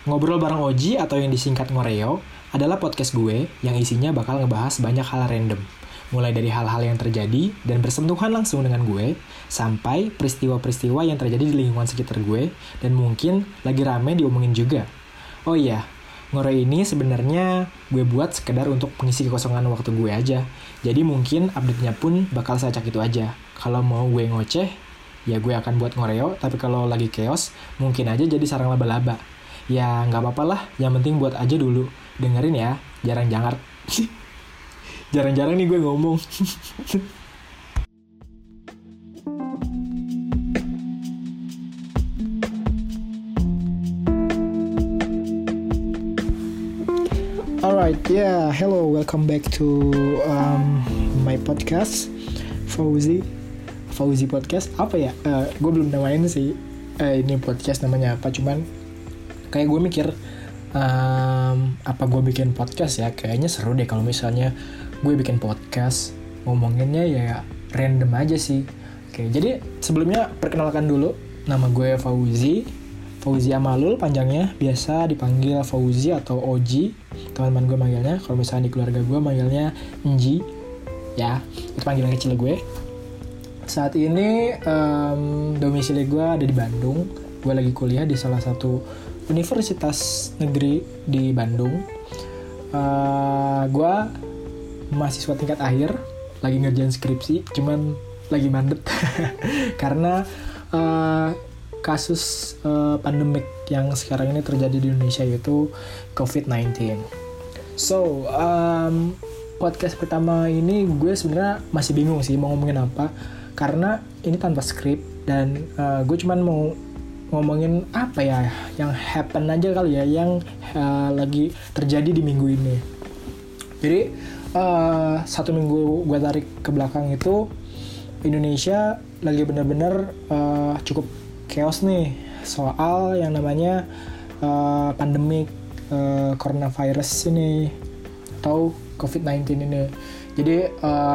Ngobrol bareng Oji atau yang disingkat Ngoreo adalah podcast gue yang isinya bakal ngebahas banyak hal random. Mulai dari hal-hal yang terjadi dan bersentuhan langsung dengan gue, sampai peristiwa-peristiwa yang terjadi di lingkungan sekitar gue, dan mungkin lagi rame diomongin juga. Oh iya, Ngoreo ini sebenarnya gue buat sekedar untuk mengisi kekosongan waktu gue aja. Jadi mungkin update-nya pun bakal seacak itu aja. Kalau mau gue ngoceh, ya gue akan buat Ngoreo, tapi kalau lagi chaos, mungkin aja jadi sarang laba-laba. Ya nggak apa-apa lah, yang penting buat aja dulu. Dengerin ya, jarang-jarang. Jarang-jarang nih gue ngomong. Alright, yeah, hello, welcome back to my podcast, Fauzi Podcast. Apa ya? Gue belum namain sih. Ini podcast namanya apa? Cuman kayak gue mikir, apa gue bikin podcast ya? Kayaknya seru deh kalau misalnya gue bikin podcast, ngomonginnya ya random aja sih. Oke, jadi sebelumnya perkenalkan dulu, nama gue Fauzi Amalul panjangnya, biasa dipanggil Fauzi atau Oji. Teman-teman gue manggilnya, kalau misalnya di keluarga gue manggilnya Nji. Ya, itu panggilan kecil gue. Saat ini domisili gue ada di Bandung. Gue lagi kuliah di salah satu universitas negeri di Bandung. Gue mahasiswa tingkat akhir, lagi ngerjain skripsi, cuman lagi mandek karena kasus pandemik yang sekarang ini terjadi di Indonesia yaitu COVID-19. So, podcast pertama ini gue sebenarnya masih bingung sih mau ngomongin apa, karena ini tanpa skrip dan gue cuman mau ngomongin apa ya yang happen aja kali ya, yang lagi terjadi di minggu ini. Jadi 1 minggu gue tarik ke belakang itu, Indonesia lagi benar-benar cukup chaos nih soal yang namanya pandemik coronavirus ini atau COVID-19 ini. Jadi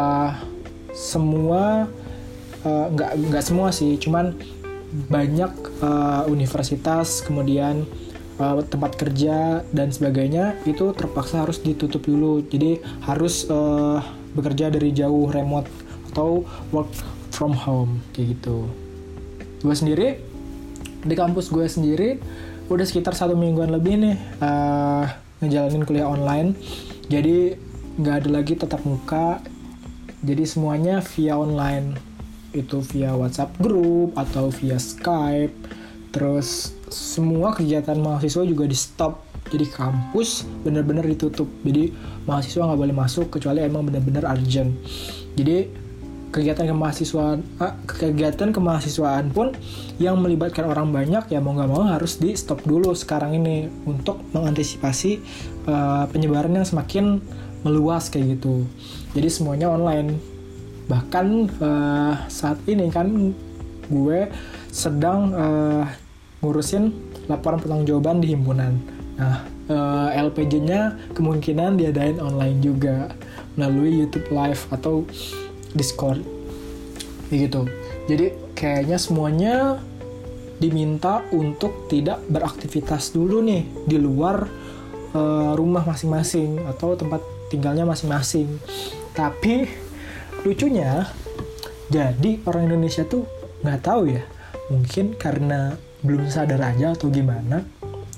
semua nggak semua sih, cuman banyak universitas, kemudian tempat kerja dan sebagainya itu terpaksa harus ditutup dulu. Jadi harus bekerja dari jauh, remote atau work from home kayak gitu. Gue sendiri di kampus gue sendiri udah sekitar 1 mingguan lebih nih ngejalanin kuliah online. Jadi nggak ada lagi tatap muka, jadi semuanya via online, itu via WhatsApp group atau via Skype. Terus semua kegiatan mahasiswa juga di stop, jadi kampus benar-benar ditutup. Jadi mahasiswa nggak boleh masuk kecuali emang benar-benar urgent. Jadi kegiatan kemahasiswaan pun yang melibatkan orang banyak ya mau nggak mau harus di stop dulu sekarang ini untuk mengantisipasi penyebaran yang semakin meluas kayak gitu. Jadi semuanya online. Bahkan saat ini kan gue sedang ngurusin laporan pertanggungjawaban di himpunan. Nah, LPJ-nya kemungkinan diadain online juga melalui YouTube Live atau Discord gitu. Jadi kayaknya semuanya diminta untuk tidak beraktivitas dulu nih di luar rumah masing-masing atau tempat tinggalnya masing-masing. Tapi lucunya, jadi orang Indonesia tuh nggak tahu ya, mungkin karena belum sadar aja atau gimana,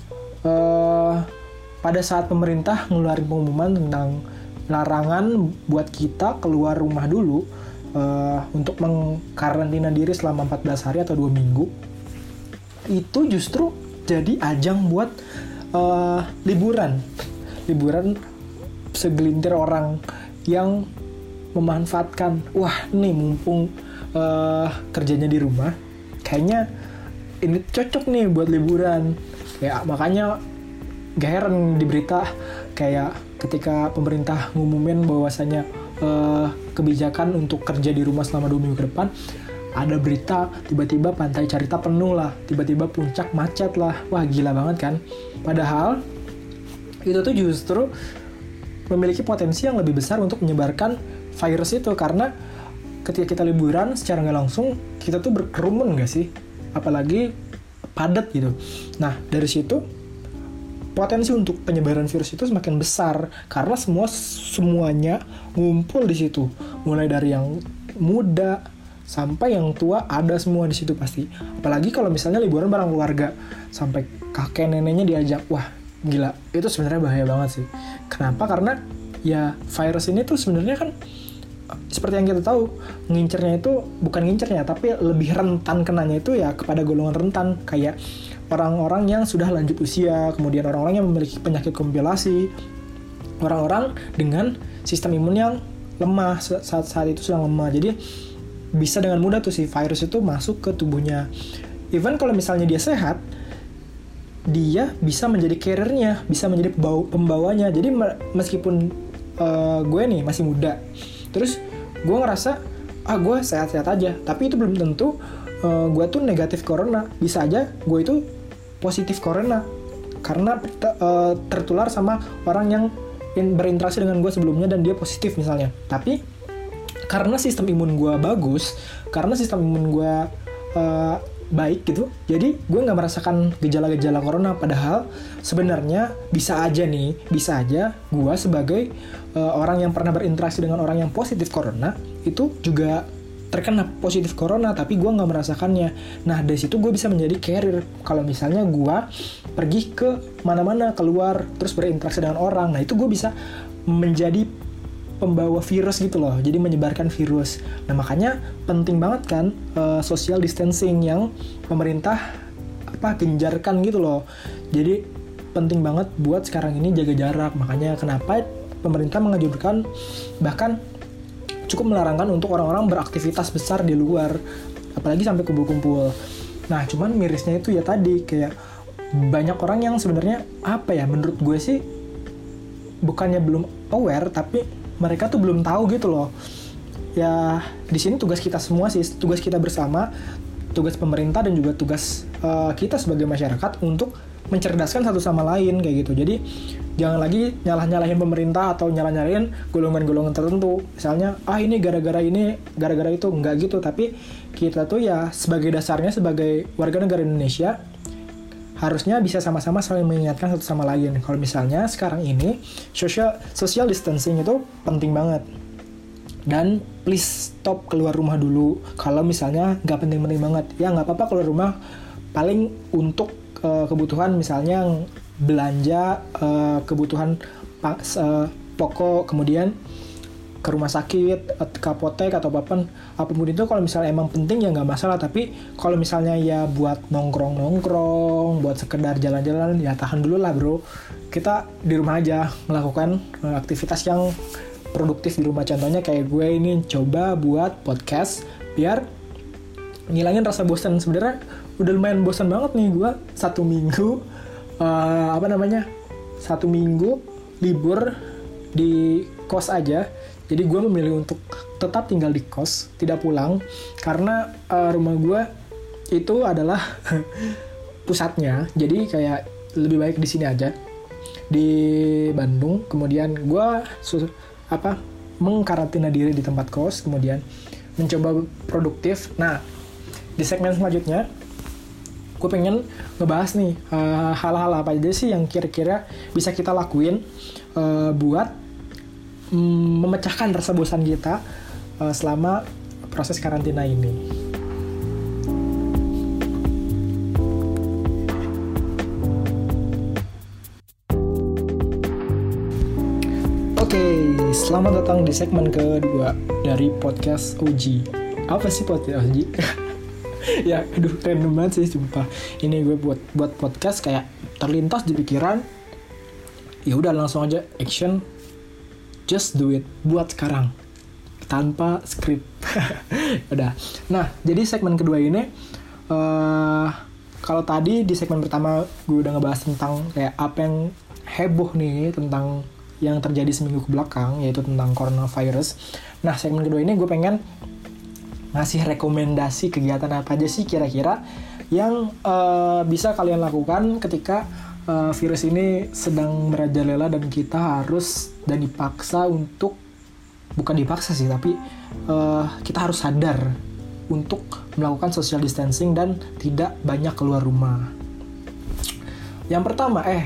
pada saat pemerintah ngeluarin pengumuman tentang larangan buat kita keluar rumah dulu untuk mengkarantina diri selama 14 hari atau 2 minggu, itu justru jadi ajang buat liburan segelintir orang yang memanfaatkan, wah nih mumpung kerjanya di rumah, kayaknya ini cocok nih buat liburan. Ya makanya gak heran di berita kayak ketika pemerintah ngumumin bahwasanya kebijakan untuk kerja di rumah selama 2 minggu ke depan, ada berita tiba-tiba Pantai Carita penuh lah, tiba-tiba puncak macet lah. Wah gila banget kan. Padahal itu tuh justru memiliki potensi yang lebih besar untuk menyebarkan virus itu, karena ketika kita liburan secara nggak langsung kita tuh berkerumun nggak sih, apalagi padat gitu. Nah dari situ potensi untuk penyebaran virus itu semakin besar karena semuanya ngumpul di situ, mulai dari yang muda sampai yang tua ada semua di situ pasti. Apalagi kalau misalnya liburan bareng keluarga, sampai kakek neneknya diajak, wah gila, itu sebenarnya bahaya banget sih. Kenapa? Karena ya virus ini tuh sebenarnya kan seperti yang kita tahu, ngincernya itu bukan ngincernya, tapi lebih rentan kenanya itu ya kepada golongan rentan, kayak orang-orang yang sudah lanjut usia, kemudian orang-orang yang memiliki penyakit kompilasi, orang-orang dengan sistem imun yang lemah saat itu sedang lemah. Jadi bisa dengan mudah tuh si virus itu masuk ke tubuhnya. Even kalau misalnya dia sehat, dia bisa menjadi carrier-nya, bisa menjadi pembawanya. Jadi meskipun gue nih masih muda, terus gue ngerasa gue sehat-sehat aja, tapi itu belum tentu gue tuh negatif corona. Bisa aja gue itu positif corona karena tertular sama orang yang berinteraksi dengan gue sebelumnya dan dia positif misalnya. Tapi karena sistem imun gue bagus, karena sistem imun gue baik gitu, jadi gue nggak merasakan gejala-gejala corona. Padahal sebenarnya bisa aja gue sebagai orang yang pernah berinteraksi dengan orang yang positif corona itu juga terkena positif corona, tapi gue nggak merasakannya. Nah dari situ gue bisa menjadi carrier kalau misalnya gue pergi ke mana-mana, keluar terus berinteraksi dengan orang. Nah itu gue bisa menjadi pembawa virus gitu loh, jadi menyebarkan virus. Nah makanya penting banget kan social distancing yang pemerintah genjarkan gitu loh. Jadi penting banget buat sekarang ini jaga jarak. Makanya kenapa pemerintah menganjurkan, bahkan cukup melarangkan untuk orang-orang beraktivitas besar di luar, apalagi sampai kumpul-kumpul. Nah cuman mirisnya itu ya tadi, kayak banyak orang yang sebenarnya menurut gue sih bukannya belum aware, tapi mereka tuh belum tahu gitu loh. Ya di sini tugas kita semua sih, tugas kita bersama, tugas pemerintah dan juga tugas kita sebagai masyarakat untuk mencerdaskan satu sama lain kayak gitu. Jadi jangan lagi nyalah-nyalahin pemerintah atau nyalah-nyalahin golongan-golongan tertentu. Misalnya ini gara-gara itu, enggak gitu. Tapi kita tuh ya sebagai dasarnya sebagai warga negara Indonesia harusnya bisa sama-sama saling mengingatkan satu sama lain. Kalau misalnya sekarang ini social distancing itu penting banget. Dan please stop keluar rumah dulu. Kalau misalnya nggak penting-penting banget, ya nggak apa-apa keluar rumah paling untuk kebutuhan, misalnya belanja kebutuhan pokok, kemudian ke rumah sakit, ke apotek atau apapun itu. Kalau misalnya emang penting ya nggak masalah. Tapi kalau misalnya ya buat nongkrong, buat sekedar jalan-jalan, ya tahan dulu lah bro. Kita di rumah aja melakukan aktivitas yang produktif di rumah. Contohnya kayak gue ini coba buat podcast biar ngilangin rasa bosan. Sebenarnya udah lumayan bosan banget nih gue 1 minggu 1 minggu libur di kos aja. Jadi gue memilih untuk tetap tinggal di kos, tidak pulang, karena rumah gue itu adalah pusatnya. Jadi kayak lebih baik di sini aja, di Bandung. Kemudian gue mengkarantina diri di tempat kos, kemudian mencoba produktif. Nah di segmen selanjutnya gue pengen ngebahas nih hal-hal apa aja sih yang kira-kira bisa kita lakuin buat memecahkan rasa bosan kita selama proses karantina ini. Oke, selamat datang di segmen kedua dari podcast OG. Apa sih podcast OG? Ya, random banget sih sumpah. Ini gue buat podcast kayak terlintas di pikiran. Ya udah langsung aja action. Just do it, buat sekarang tanpa skrip. Udah. Nah, jadi segmen kedua ini kalau tadi di segmen pertama gue udah ngebahas tentang kayak apa yang heboh nih tentang yang terjadi seminggu ke belakang, yaitu tentang coronavirus. Nah, segmen kedua ini gue pengen ngasih rekomendasi kegiatan apa aja sih kira-kira yang bisa kalian lakukan ketika virus ini sedang merajalela dan kita harus dan dipaksa untuk, bukan dipaksa sih, tapi kita harus sadar untuk melakukan social distancing dan tidak banyak keluar rumah. Yang pertama,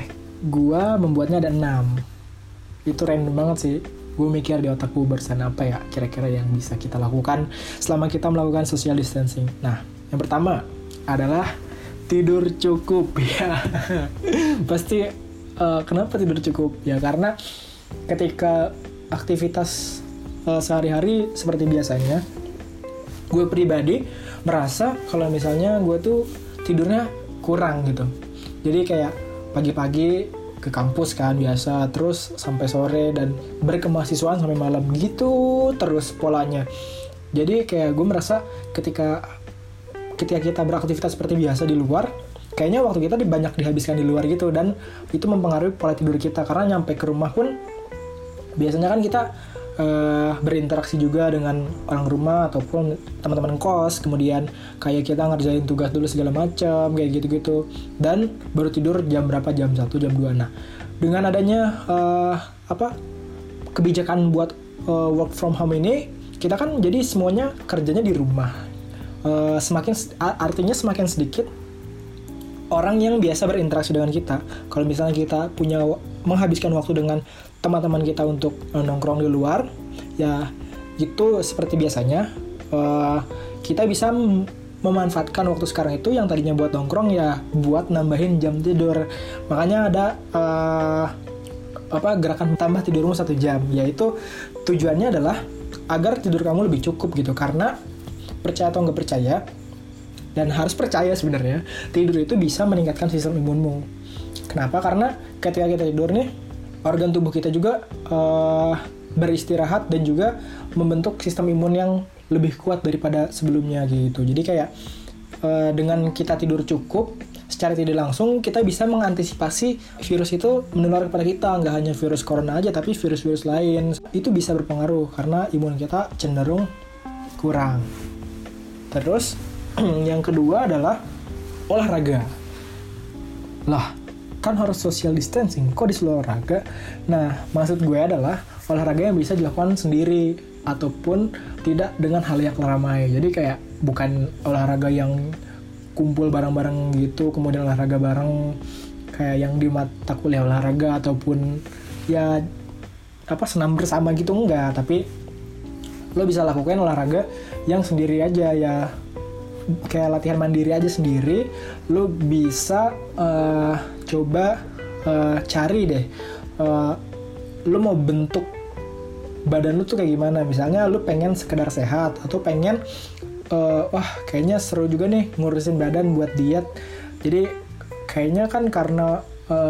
gue membuatnya ada 6. Itu random banget sih. Gue mikir di otakku barusan apa ya kira-kira yang bisa kita lakukan selama kita melakukan social distancing. Nah, yang pertama adalah tidur cukup ya. Pasti kenapa tidur cukup? Ya karena ketika aktivitas sehari-hari seperti biasanya, gue pribadi merasa kalau misalnya gue tuh tidurnya kurang gitu. Jadi kayak pagi-pagi ke kampus kan biasa, terus sampai sore, dan berkemahsiswaan sampai malam gitu terus polanya. Jadi kayak gue merasa ketika kita beraktivitas seperti biasa di luar, kayaknya waktu kita banyak dihabiskan di luar gitu, dan itu mempengaruhi pola tidur kita. Karena nyampe ke rumah pun biasanya kan kita berinteraksi juga dengan orang rumah ataupun teman-teman kos, kemudian kayak kita ngerjain tugas dulu segala macam kayak gitu-gitu, dan baru tidur jam berapa, jam 1, jam 2. Nah, dengan adanya kebijakan buat work from home ini, kita kan jadi semuanya kerjanya di rumah. Artinya semakin sedikit orang yang biasa berinteraksi dengan kita. Kalau misalnya kita menghabiskan waktu dengan teman-teman kita untuk nongkrong di luar, ya itu seperti biasanya kita bisa memanfaatkan waktu sekarang itu yang tadinya buat nongkrong ya buat nambahin jam tidur. Makanya ada gerakan tambah tidurmu 1 jam, yaitu tujuannya adalah agar tidur kamu lebih cukup gitu. Karena percaya atau nggak percaya, dan harus percaya sebenarnya, tidur itu bisa meningkatkan sistem imunmu. Kenapa? Karena ketika kita tidur nih, organ tubuh kita juga beristirahat dan juga membentuk sistem imun yang lebih kuat daripada sebelumnya gitu. Jadi kayak dengan kita tidur cukup, secara tidak langsung kita bisa mengantisipasi virus itu menular kepada kita. Nggak hanya virus corona aja, tapi virus-virus lain. Itu bisa berpengaruh karena imun kita cenderung kurang. Terus yang kedua adalah olahraga. Lah, kan harus social distancing, kok disuruh olahraga? Nah, maksud gue adalah olahraga yang bisa dilakukan sendiri ataupun tidak dengan halayak ramai. Jadi kayak bukan olahraga yang kumpul bareng-bareng gitu, kemudian olahraga bareng kayak yang di mata kuliah olahraga ataupun ya senam bersama gitu, enggak. Tapi lo bisa lakukan olahraga yang sendiri aja ya, kayak latihan mandiri aja sendiri. Lo bisa coba cari deh lo mau bentuk badan lo tuh kayak gimana. Misalnya lo pengen sekedar sehat atau pengen kayaknya seru juga nih ngurusin badan buat diet. Jadi kayaknya kan karena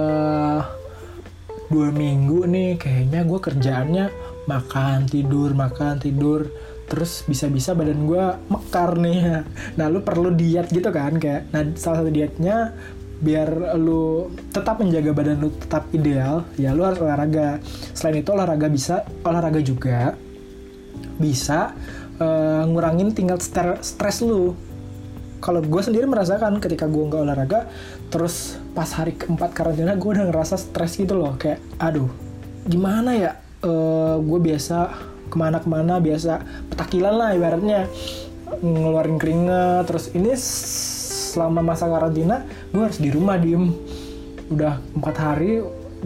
2 minggu nih kayaknya gue kerjaannya makan tidur terus bisa-bisa badan gue mekar nih. Nah, lu perlu diet gitu kan, kayak. Nah, salah satu dietnya biar lu tetap menjaga badan lu tetap ideal, ya lu harus olahraga. Selain itu olahraga juga bisa ngurangin tingkat stres lu. Kalau gue sendiri merasakan ketika gue nggak olahraga, terus pas hari keempat karantina gue udah ngerasa stres gitu loh, kayak aduh gimana ya, gue biasa kemana-kemana, biasa petakilan lah ibaratnya, ngeluarin keringat. Terus ini selama masa karantina gue harus di rumah diem udah 4 hari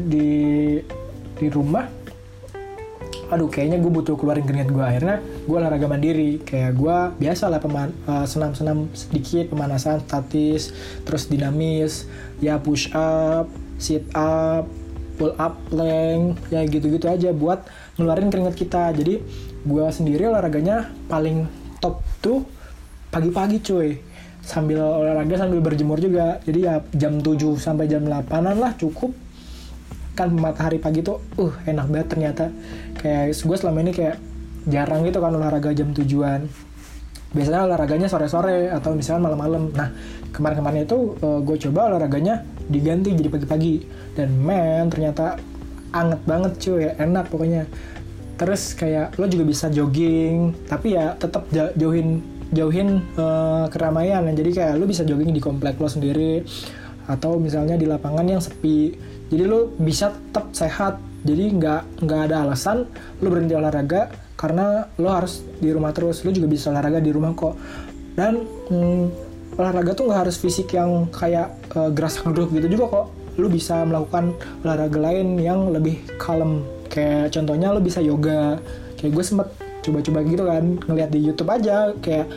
di rumah. Aduh kayaknya gue butuh keluarin keringat gue. Akhirnya gue olahraga mandiri, kayak gue biasa lah senam-senam sedikit, pemanasan statis, terus dinamis ya, push up, sit up, pull up, plank, ya gitu-gitu aja buat ngeluarin keringat kita. Jadi gue sendiri olahraganya paling top tuh pagi-pagi cuy, sambil olahraga sambil berjemur juga. Jadi ya jam 7 sampai jam 8an lah cukup. Kan matahari pagi tuh enak banget ternyata. Kayak gue selama ini kayak jarang gitu kan olahraga jam 7an. Biasanya olahraganya sore-sore atau misalnya malam-malam. Nah, kemarin-kemarin itu gue coba olahraganya diganti jadi pagi-pagi. Dan ternyata anget banget cuy, enak pokoknya. Terus kayak lo juga bisa jogging, tapi ya tetap jauhin keramaian. Jadi kayak lo bisa jogging di komplek lo sendiri atau misalnya di lapangan yang sepi. Jadi lo bisa tetap sehat. Jadi nggak ada alasan lo berhenti olahraga karena lo harus di rumah terus. Lo juga bisa olahraga di rumah kok. Dan olahraga tuh nggak harus fisik yang kayak gerasak-geruk gitu juga kok. lu bisa melakukan olahraga lain yang lebih kalem. Kayak contohnya lu bisa yoga. Kayak gue sempet coba-coba gitu kan, ngeliat di YouTube aja kayak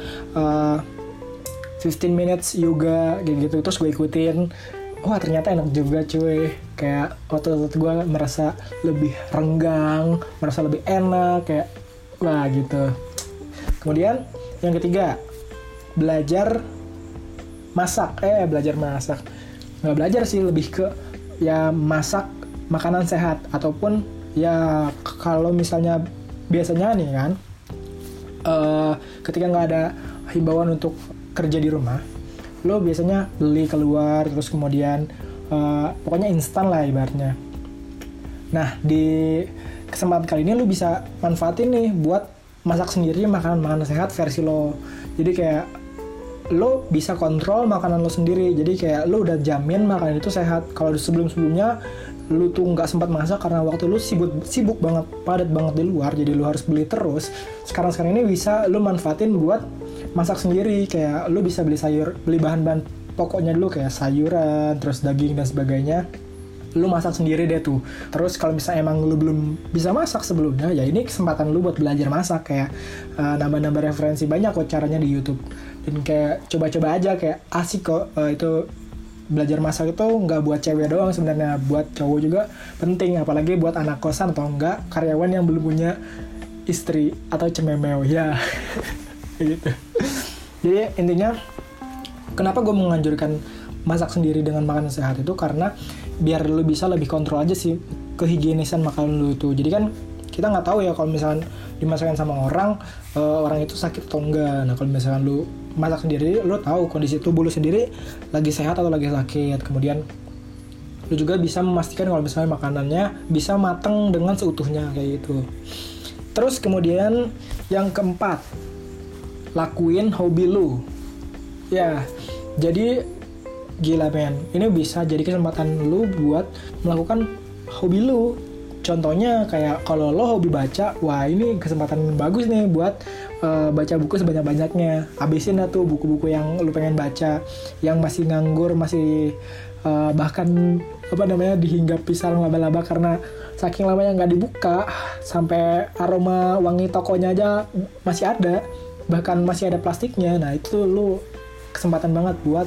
15 minutes yoga kayak gitu, terus gue ikutin. Wah ternyata enak juga cuy, kayak otot gue merasa lebih renggang, merasa lebih enak, kayak wah gitu. Kemudian yang ketiga, belajar masak. Nggak belajar sih, lebih ke ya masak makanan sehat, ataupun ya kalau misalnya biasanya nih kan, ketika nggak ada himbauan untuk kerja di rumah, lo biasanya beli keluar, terus kemudian pokoknya instan lah ibaratnya. Nah di kesempatan kali ini lo bisa manfaatin nih buat masak sendiri makanan-makanan sehat versi lo. Jadi kayak lo bisa kontrol makanan lo sendiri, jadi kayak lo udah jamin makanan itu sehat. Kalau sebelum-sebelumnya lu tuh nggak sempat masak karena waktu lu sibuk banget, padat banget di luar, jadi lu harus beli terus. Sekarang ini bisa lu manfaatin buat masak sendiri. Kayak lu bisa beli bahan-bahan pokoknya dulu kayak sayuran, terus daging dan sebagainya. Lu masak sendiri deh tuh. Terus kalau misalnya emang lu belum bisa masak sebelumnya, ya ini kesempatan lu buat belajar masak. Kayak nambah-nambah referensi banyak kok caranya di YouTube. Dan kayak coba-coba aja, kayak asik kok. Itu belajar masak itu nggak buat cewek doang sebenarnya, buat cowok juga penting, apalagi buat anak kosan atau enggak karyawan yang belum punya istri atau cememeo ya. Gitu. Jadi intinya kenapa gue menganjurkan masak sendiri dengan makanan sehat itu karena biar lu bisa lebih kontrol aja sih kehigienisan makanan lu itu. Jadi kan kita nggak tahu ya kalau misalkan dimasakin sama orang itu sakit atau enggak. Nah kalau misalkan lu masak sendiri, lu tahu kondisi tubuh lu sendiri lagi sehat atau lagi sakit. Kemudian lu juga bisa memastikan kalau misalnya makanannya bisa mateng dengan seutuhnya kayak gitu. Terus kemudian yang keempat, lakuin hobi lu. Ya, jadi gila men, ini bisa jadi kesempatan lu buat melakukan hobi lu. Contohnya kayak kalau lo hobi baca, wah ini kesempatan bagus nih buat baca buku sebanyak-banyaknya. Habisin dah tuh buku-buku yang lu pengen baca, yang masih nganggur, masih bahkan dihinggapi sarang laba-laba karena saking lamanya nggak dibuka, sampai aroma wangi tokonya aja masih ada, bahkan masih ada plastiknya. Nah itu lu kesempatan banget buat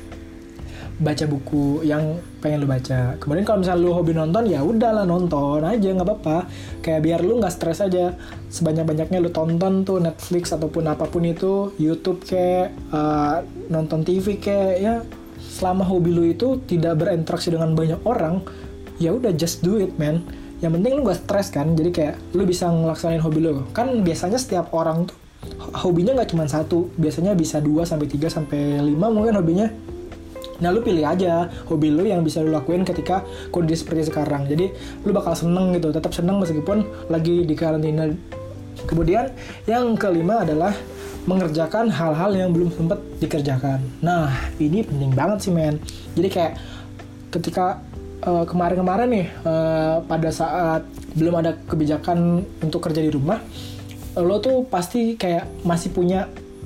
baca buku yang pengen lu baca. Kemudian kalau misalnya lu hobi nonton, ya udahlah nonton aja, nggak apa-apa. Kayak biar lu nggak stres aja. Sebanyak-banyaknya lu tonton tuh Netflix ataupun apapun itu, YouTube kayak nonton TV kayak ya. Selama hobi lu itu tidak berinteraksi dengan banyak orang, ya udah just do it man. Yang penting lu nggak stres kan. Jadi kayak lu bisa ngelaksanain hobi lu. Kan biasanya setiap orang tuh hobinya nggak cuma satu, biasanya bisa 2 sampai 3 sampai 5 mungkin hobinya. Nah lu pilih aja hobi lu yang bisa lu lakuin ketika kondisi seperti sekarang. Jadi lu bakal seneng gitu, tetap seneng meskipun lagi di karantina. Kemudian yang kelima adalah mengerjakan hal-hal yang belum sempat dikerjakan. Nah ini penting banget sih men. Jadi kayak ketika kemarin-kemarin nih pada saat belum ada kebijakan untuk kerja di rumah, lo tuh pasti kayak masih punya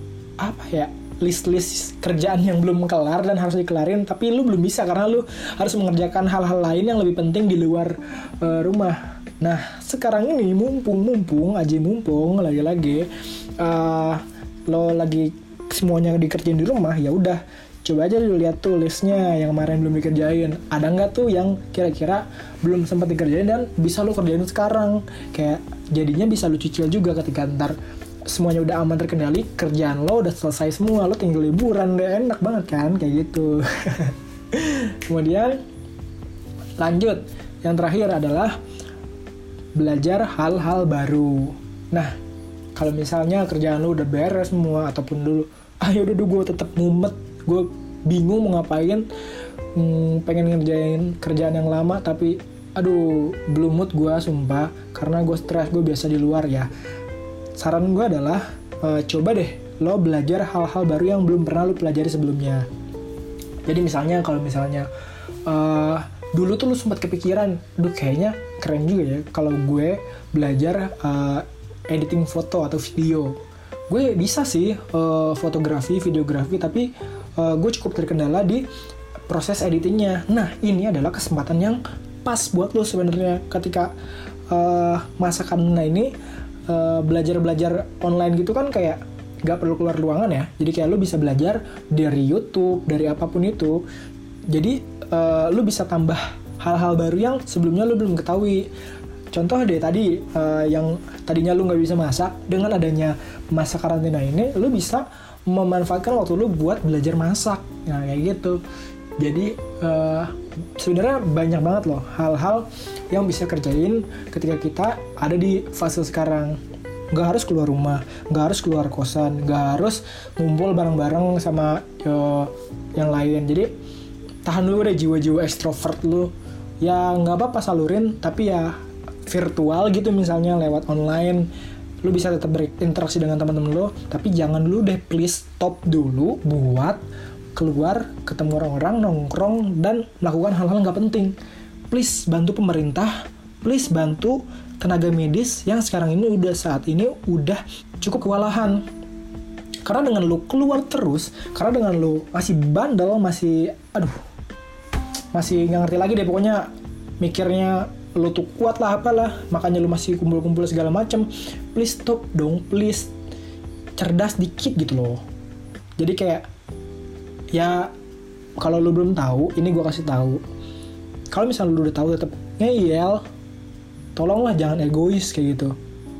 list-list kerjaan yang belum kelar dan harus dikelarin, tapi lu belum bisa karena lu harus mengerjakan hal-hal lain yang lebih penting di luar rumah. Nah sekarang ini mumpung lagi-lagi lo lagi semuanya dikerjain di rumah, ya udah coba aja lu lihat tuh listnya yang kemarin belum dikerjain, ada nggak tuh yang kira-kira belum sempat dikerjain dan bisa lu kerjain sekarang. Kayak jadinya bisa lu cicil juga ketika ntar semuanya udah aman terkendali, kerjaan lo udah selesai semua, lo tinggal liburan, udah enak banget kan kayak gitu. Kemudian lanjut, yang terakhir adalah belajar hal-hal baru. Nah kalau misalnya kerjaan lo udah beres semua, ataupun dulu udah gue tetap mumet, gue bingung mau ngapain, pengen ngerjain kerjaan yang lama tapi belum mood gue sumpah karena gue stres, gue biasa di luar ya. Saran gue adalah coba deh lo belajar hal-hal baru yang belum pernah lo pelajari sebelumnya. Jadi misalnya kalau dulu tuh lo sempat kepikiran, kayaknya keren juga ya kalau gue belajar editing foto atau video. Gue bisa sih fotografi, videografi, tapi gue cukup terkendala di proses editingnya. Nah, ini adalah kesempatan yang pas buat lo sebenarnya ketika masa corona ini, belajar online gitu kan kayak gak perlu keluar ruangan ya. Jadi kayak lo bisa belajar dari YouTube, dari apapun itu. Jadi lo bisa tambah hal-hal baru yang sebelumnya lo belum ketahui. Contoh deh tadi, yang tadinya lo gak bisa masak, dengan adanya masa karantina ini, lo bisa memanfaatkan waktu lo buat belajar masak. Nah kayak gitu. Jadi sebenarnya banyak banget loh hal-hal yang bisa kerjain ketika kita ada di fase sekarang. Gak harus keluar rumah, gak harus keluar kosan, gak harus ngumpul bareng-bareng sama yang lain. Jadi tahan dulu deh jiwa-jiwa ekstrovert lu. Ya gak apa-apa salurin, tapi ya virtual gitu, misalnya lewat online. Lu bisa tetap berinteraksi dengan teman-teman lu, tapi jangan dulu deh, please stop dulu buat keluar, ketemu orang-orang, nongkrong, dan melakukan hal-hal gak penting. Please bantu pemerintah, please bantu tenaga medis yang sekarang ini saat ini udah cukup kewalahan. Karena dengan lu keluar terus, karena dengan lu masih bandel, masih nggak ngerti lagi deh pokoknya, mikirnya lu tuh kuat lah apalah, makanya lu masih kumpul-kumpul segala macem. Please stop dong, please cerdas dikit gitu loh. Jadi kayak ya kalau lu belum tahu, ini gue kasih tahu. Kalau misalnya lu udah tahu tetap ngeyel, tolonglah jangan egois kayak gitu.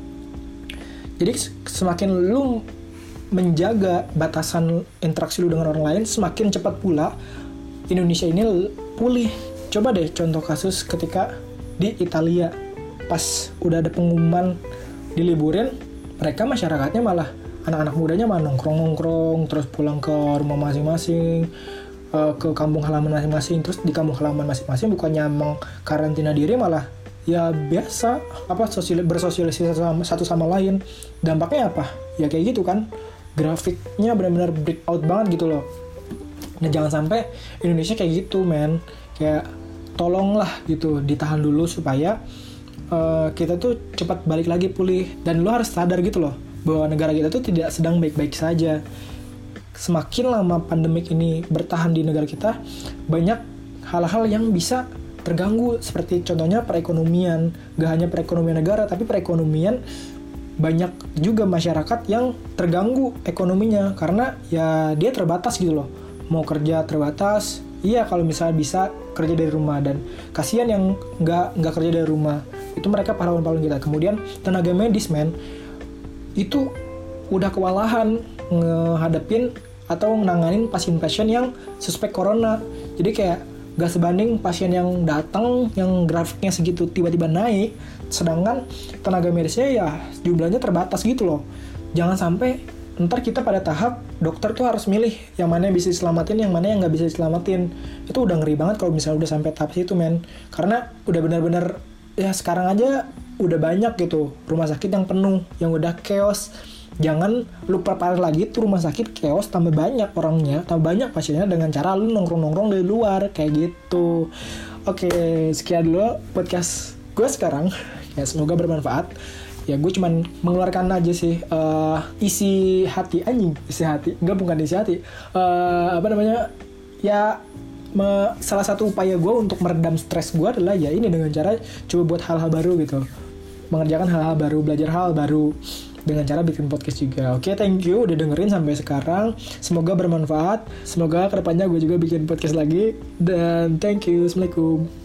Jadi semakin lu menjaga batasan interaksi lu dengan orang lain, semakin cepat pula Indonesia ini pulih. Coba deh contoh kasus ketika di Italia, pas udah ada pengumuman diliburin, mereka masyarakatnya malah, anak-anak mudanya malah nongkrong-nongkrong, terus pulang ke rumah masing-masing, ke kampung halaman masing-masing. Terus di kampung halaman masing-masing bukannya mengkarantina diri, malah ya biasa bersosialisasi satu sama lain. Dampaknya apa? Ya kayak gitu kan, grafiknya benar-benar break out banget gitu loh. Nah jangan sampai Indonesia kayak gitu men. Kayak tolonglah gitu, ditahan dulu supaya kita tuh cepat balik lagi pulih. Dan lo harus sadar gitu loh, bahwa negara kita tuh tidak sedang baik-baik saja. Semakin lama pandemik ini bertahan di negara kita, banyak hal-hal yang bisa terganggu, seperti contohnya perekonomian. Gak hanya perekonomian negara, tapi perekonomian banyak juga masyarakat yang terganggu ekonominya, karena ya dia terbatas gitu loh. Mau kerja terbatas, iya kalau misalnya bisa kerja dari rumah, dan kasihan yang nggak kerja dari rumah, itu mereka pahlawan-pahlawan kita. Kemudian tenaga medis men, itu udah kewalahan ngehadapin atau nanganin pasien-pasien yang suspek corona. Jadi kayak gak sebanding pasien yang datang yang grafiknya segitu tiba-tiba naik, sedangkan tenaga medisnya ya jumlahnya terbatas gitu loh. Jangan sampai ntar kita pada tahap dokter tuh harus milih yang mana yang bisa diselamatin, yang mana yang gak bisa diselamatin. Itu udah ngeri banget kalau misalnya udah sampai tahap situ men. Karena udah benar-benar ya sekarang aja udah banyak gitu rumah sakit yang penuh, yang udah chaos. Jangan lu perparah lagi tuh rumah sakit chaos, tambah banyak orangnya, tambah banyak pasiennya, dengan cara lu nongkrong-nongkrong dari luar kayak gitu. Oke, sekian dulu podcast gue sekarang. Ya semoga bermanfaat. Ya gue cuman mengeluarkan aja sih isi hati. Enggak, bukan isi hati. Ya salah satu upaya gue untuk meredam stres gue adalah ya ini, dengan cara coba buat hal-hal baru gitu, mengerjakan hal-hal baru, belajar hal baru dengan cara bikin podcast juga. Oke, thank you udah dengerin sampai sekarang. Semoga bermanfaat. Semoga kedepannya gue juga bikin podcast lagi. Dan thank you. Assalamualaikum.